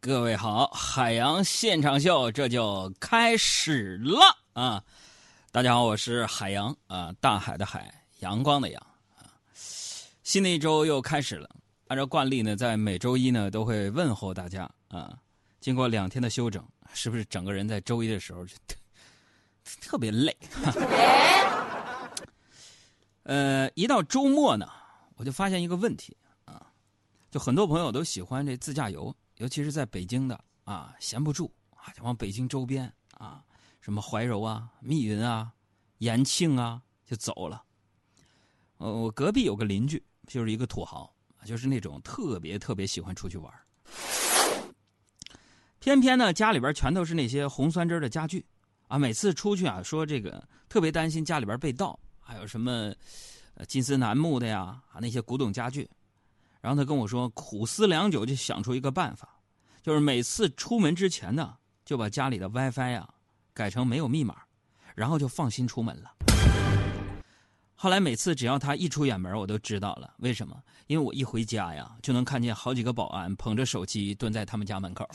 各位好，海洋现场秀这就开始了啊！大家好，我是海洋啊，大海的海，阳光的阳啊。新的一周又开始了，按照惯例呢，在每周一呢都会问候大家啊。经过2天的休整，是不是整个人在周一的时候就特别累？一到周末呢，我就发现一个问题啊，就很多朋友都喜欢这自驾游。尤其是在北京的啊，闲不住啊，就往北京周边啊，什么怀柔啊、密云啊、延庆啊，就走了。我隔壁有个邻居，就是一个土豪，就是那种特别喜欢出去玩。偏偏呢，家里边全都是那些红酸枝的家具啊，每次出去啊，说这个特别担心家里边被盗，还有什么金丝楠木的呀啊那些古董家具。然后他跟我说，苦思良久就想出一个办法，就是每次出门之前呢，就把家里的 WiFi 啊改成没有密码，然后就放心出门了。后来每次只要他一出远门，我都知道了，为什么？因为我一回家呀，就能看见好几个保安捧着手机蹲在他们家门口。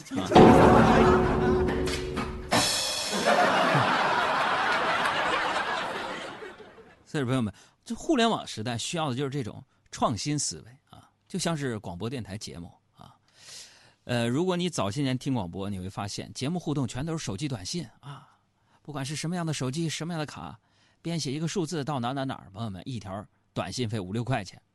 所以朋友们，这互联网时代需要的就是这种创新思维啊。就像是广播电台节目啊，如果你早些年听广播，你会发现节目互动全都是手机短信啊，不管是什么样的手机、什么样的卡，编写一个数字到哪，朋友们，一条短信费5-6块钱。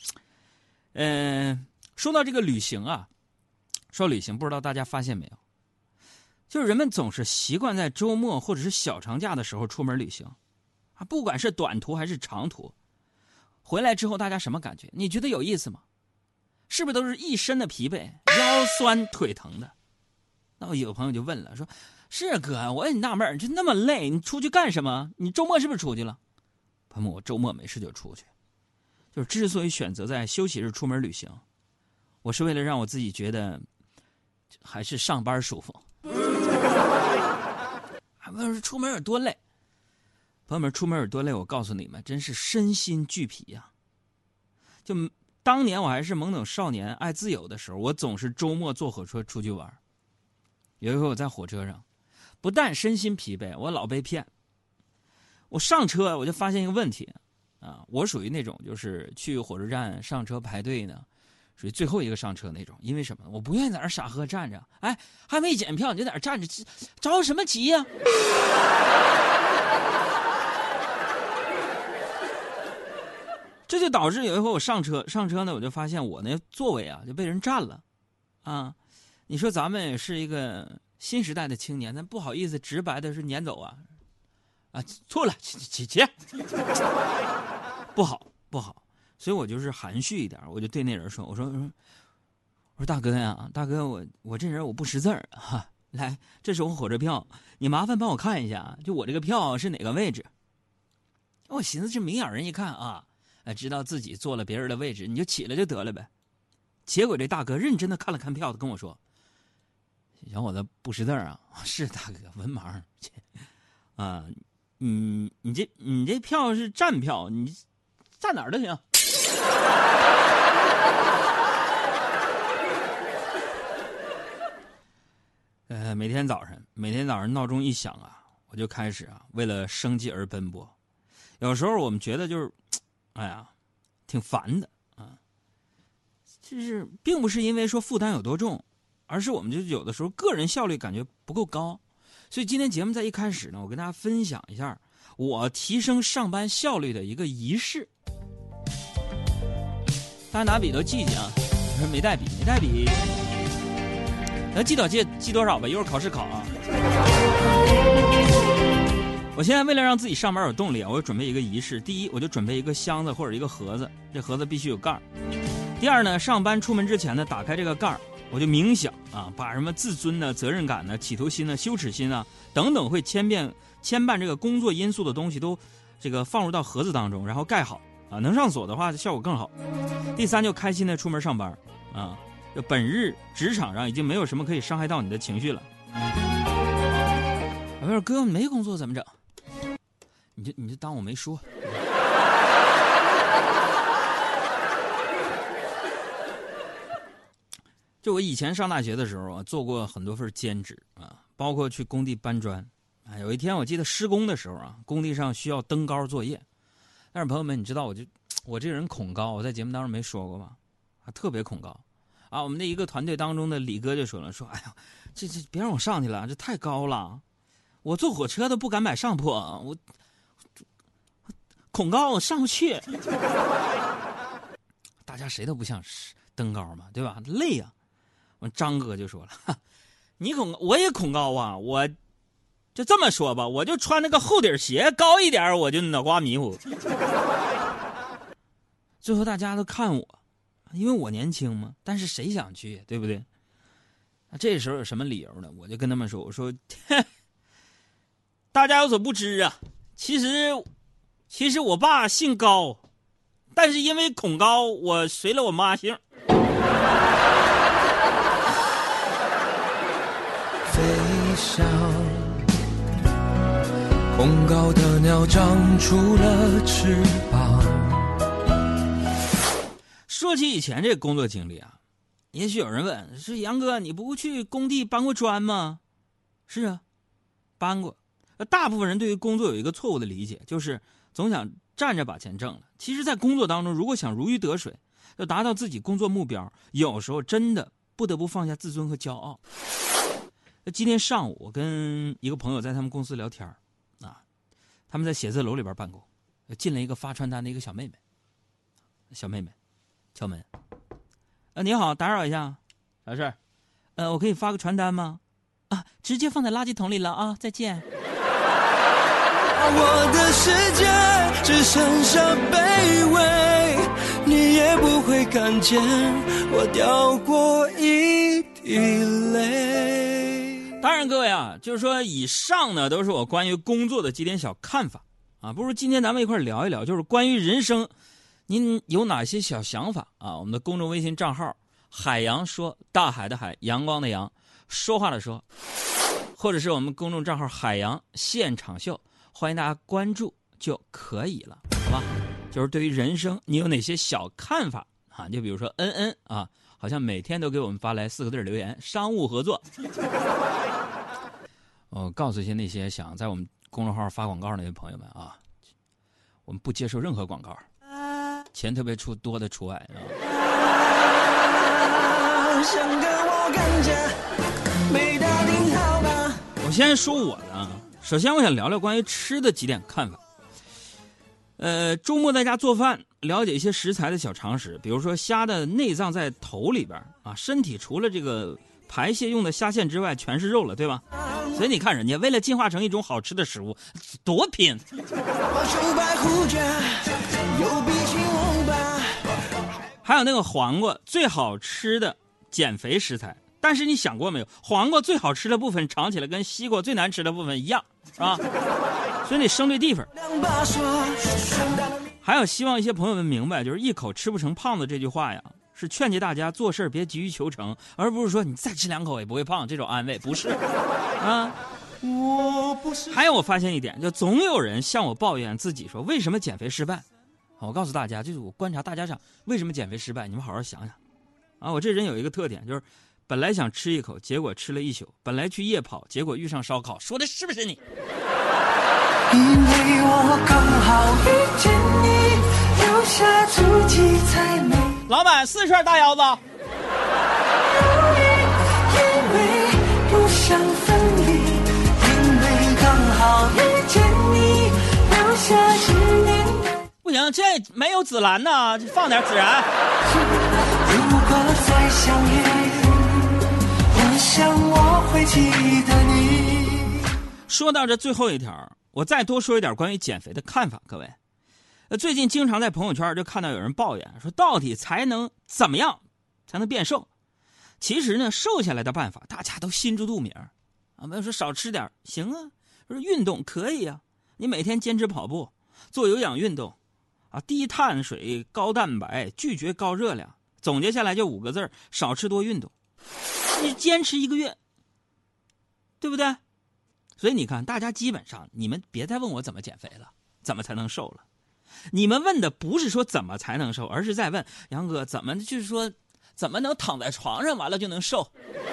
说到这个旅行啊，说旅行，不知道大家发现没有，就是人们总是习惯在周末或者是小长假的时候出门旅行啊，不管是短途还是长途，回来之后大家什么感觉？你觉得有意思吗？是不是都是一身的疲惫，腰酸腿疼的？那我有朋友就问了，说是哥，我也纳闷，就那么累，你出去干什么？你周末是不是出去了？朋友们，我周末没事就出去，就是之所以选择在休息日出门旅行，我是为了让我自己觉得还是上班舒服。朋友们，出门有多累？朋友们，出门有多累？我告诉你们，真是身心俱疲呀！就当年我还是懵懂少年爱自由的时候，我总是周末坐火车出去玩。有一回我在火车上，不但身心疲惫，我老被骗。我上车我就发现一个问题啊，我属于那种就是去火车站上车排队呢，属于最后一个上车那种。因为什么？我不愿意在那傻呵站着，哎，还没检票你就在那站着，着什么急呀？这就导致有一回我上车呢，我就发现我那座位啊就被人占了，啊，你说咱们是一个新时代的青年，咱不好意思直白的是撵走啊，错了，起，不好，所以我就是含蓄一点，我就对那人说，我说大哥呀，大哥，我这人我不识字儿哈，来，这是我火车票，你麻烦帮我看一下，就我这个票是哪个位置？我寻思这明眼人一看啊。知道自己坐了别人的位置，你就起来就得了呗。结果这大哥认真的看了看票，跟我说：“小伙子不识字啊？是大哥，文盲啊。你这票是站票，你站哪儿都行。”每天早上闹钟一响啊，我就开始啊为了生计而奔波。有时候我们觉得就是。哎呀，挺烦的啊！就是并不是因为说负担有多重，而是我们就有的时候个人效率感觉不够高。所以今天节目在一开始呢，我跟大家分享一下我提升上班效率的一个仪式。大家拿笔都记记啊！没带笔，能记多少吧？一会儿考试考啊！我现在为了让自己上班有动力啊，我就准备一个仪式。第一，我就准备一个箱子或者一个盒子，这盒子必须有盖儿。第二呢，上班出门之前呢，打开这个盖儿，我就冥想啊，把什么自尊呢、责任感呢、企图心呢、羞耻心啊等等会牵绊这个工作因素的东西都这个放入到盒子当中，然后盖好啊，能上锁的话效果更好。第三，就开心的出门上班啊，就本日职场上已经没有什么可以伤害到你的情绪了。我说哥没工作怎么整？你就当我没说。 就我以前上大学的时候啊，做过很多份兼职啊，包括去工地搬砖啊。有一天我记得施工的时候啊，工地上需要登高作业，但是朋友们，你知道我这个人恐高，我在节目当中没说过吧？啊，特别恐高啊。我们的一个团队当中的李哥就说了，说哎呀，这别让我上去了，这太高了，我坐火车都不敢买上坡，我恐高，我上不去。大家谁都不想登高嘛，对吧？累呀。我张哥就说了，你恐，我也恐高啊，我就这么说吧，我就穿那个厚底鞋，高一点我就脑瓜迷糊。最后大家都看我，因为我年轻嘛，但是谁想去，对不对？这时候有什么理由呢？我就跟他们说，我说大家有所不知啊，其实我爸姓高，但是因为恐高，我随了我妈姓。 飞翔，恐高的鸟长出了翅膀。 说起以前这个工作经历啊，也许有人问，是杨哥，你不去工地搬过砖吗？是啊，搬过。大部分人对于工作有一个错误的理解，就是总想站着把钱挣了。其实在工作当中，如果想如鱼得水，要达到自己工作目标，有时候真的不得不放下自尊和骄傲。今天上午我跟一个朋友在他们公司聊天啊，他们在写字楼里边办公，进了一个发传单的一个小妹妹敲门，你好，打扰一下，啥事儿？我可以发个传单吗？啊，直接放在垃圾桶里了啊，再见。 我的世界只剩下卑微，你也不会看见我掉过一滴泪。 当然各位啊，就是说以上呢都是我关于工作的几点小看法啊，不如今天咱们一块聊一聊，就是关于人生您有哪些小想法啊？我们的公众微信账号海洋说，大海的海，阳光的阳，说话的说，或者是我们公众账号海洋现场秀，欢迎大家关注就可以了，好吧？就是对于人生你有哪些小看法啊？就比如说恩恩啊，好像每天都给我们发来4个字留言，商务合作。告诉一些那些想在我们公众号发广告的那些朋友们啊，我们不接受任何广告，钱特别多的除外啊。我先说我的啊，首先我想聊聊关于吃的几点看法。周末在家做饭，了解一些食材的小常识，比如说虾的内脏在头里边啊，身体除了这个排泄用的虾线之外，全是肉了，对吧？所以你看人家为了进化成一种好吃的食物，多拼。还有那个黄瓜，最好吃的减肥食材。但是你想过没有，黄瓜最好吃的部分尝起来跟西瓜最难吃的部分一样，是吧？所以你生对地方。还有希望一些朋友们明白，就是一口吃不成胖子这句话呀，是劝诫大家做事别急于求成，而不是说你再吃2口也不会胖这种安慰，不是啊。还有我发现一点，就总有人向我抱怨自己说为什么减肥失败。我告诉大家，就是我观察大家想为什么减肥失败，你们好好想想啊。我这人有一个特点，就是本来想吃一口，结果吃了一宿；本来去夜跑，结果遇上烧烤。说的是不是你？ 因为我刚好遇见你，留下足迹才美。 老板，4串大腰子。 因为不想分离，因为刚好遇见你，留下执念。 不行，这没有紫兰呐，放点孜然。 如果再相遇，我想我会记得你。 说到这最后一条，我再多说一点关于减肥的看法，各位。最近经常在朋友圈就看到有人抱怨说，到底才能怎么样才能变瘦？其实呢，瘦下来的办法大家都心知肚明啊。没有说少吃点，行啊。说运动可以啊，你每天坚持跑步，做有氧运动啊，低碳水高蛋白，拒绝高热量。总结下来就5个字，少吃多运动。你坚持1个月，对不对？所以你看，大家基本上你们别再问我怎么减肥了，怎么才能瘦了。你们问的不是说怎么才能瘦，而是在问杨哥怎么就是说怎么能躺在床上完了就能瘦？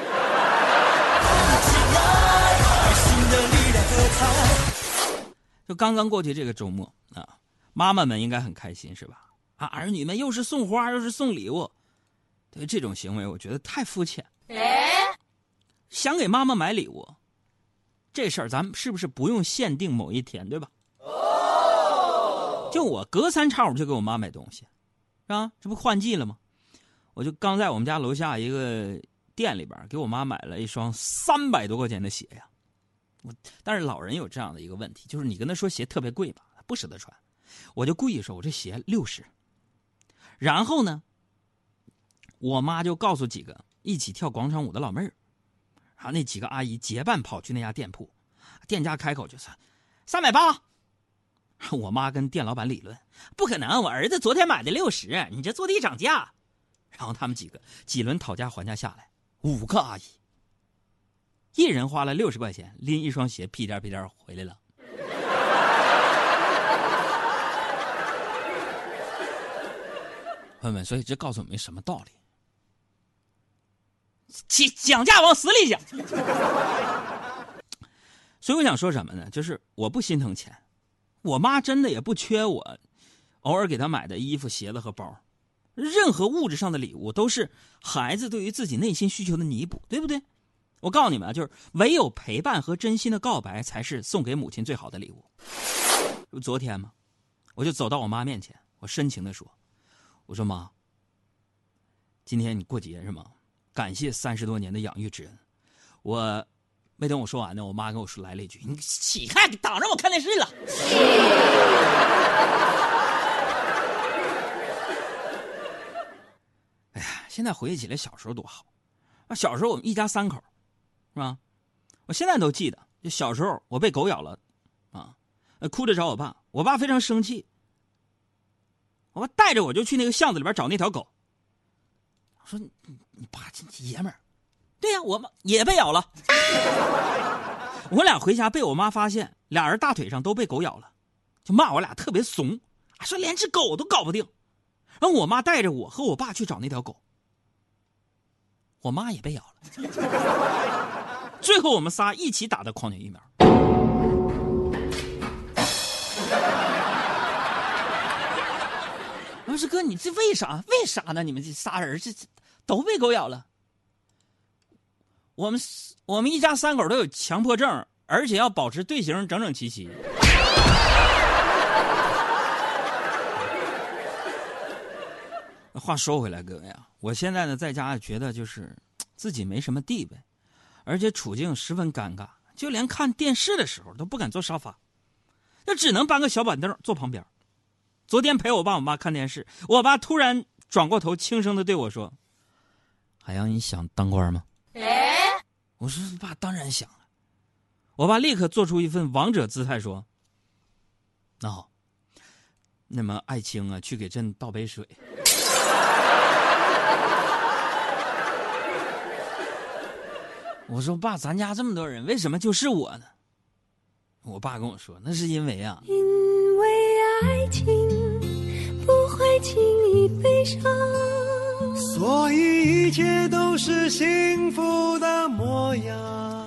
就刚刚过去这个周末啊，妈妈们应该很开心是吧？啊，儿女们又是送花又是送礼物，对这种行为我觉得太肤浅。想给妈妈买礼物，这事儿咱们是不是不用限定某一天，对吧？就我隔3差5就给我妈买东西，是吧？这不换季了吗？我就刚在我们家楼下一个店里边给我妈买了一双300多块钱的鞋呀。但是老人有这样的一个问题，就是你跟他说鞋特别贵吧，他不舍得穿。我就故意说我这鞋60，然后呢，我妈就告诉几个一起跳广场舞的老妹儿，然后那几个阿姨结伴跑去那家店铺，店家开口就算380。我妈跟店老板理论，不可能，我儿子昨天买的60，你这坐地涨价。然后他们几轮讨价还价下来，5个阿姨，一人花了60块钱，拎一双鞋屁颠屁颠回来了。朋友们，所以这告诉我们什么道理？讲价往死里讲。所以我想说什么呢？就是我不心疼钱，我妈真的也不缺我偶尔给她买的衣服、鞋子和包。任何物质上的礼物都是孩子对于自己内心需求的弥补，对不对？我告诉你们啊，就是唯有陪伴和真心的告白才是送给母亲最好的礼物。昨天嘛，我就走到我妈面前，我深情地说，我说妈，今天你过节是吗？感谢30多年的养育之恩。我没等我说完呢，我妈跟我说来了一句，你起开，挡着我看电视了。哎呀，现在回忆起来小时候多好啊！小时候我们一家3口，是吧？我现在都记得，就小时候我被狗咬了，啊，哭着找我爸，我爸非常生气，我爸带着我就去那个巷子里边找那条狗。我说你爸这爷们儿，对呀，我妈也被咬了。我俩回家被我妈发现，俩人大腿上都被狗咬了，就骂我俩特别怂，说连只狗都搞不定。然后我妈带着我和我爸去找那条狗，我妈也被咬了。最后我们仨一起打的狂犬疫苗。我说哥，你这为啥呢？你们这仨人这都被狗咬了。我们一家3口都有强迫症，而且要保持队形整整齐齐。话说回来，各位啊，我现在呢在家觉得就是自己没什么地位，而且处境十分尴尬，就连看电视的时候都不敢坐沙发，就只能搬个小板凳坐旁边。昨天陪我爸我妈看电视，我爸突然转过头轻声的对我说，海洋，你想当官吗？我说爸当然想了。我爸立刻做出一份王者姿态说，那好，那么爱卿啊，去给朕倒杯水。我说爸，咱家这么多人，为什么就是我呢？我爸跟我说，那是因为啊， 因为爱情不会轻易悲伤， 所以一切都是幸福的模样。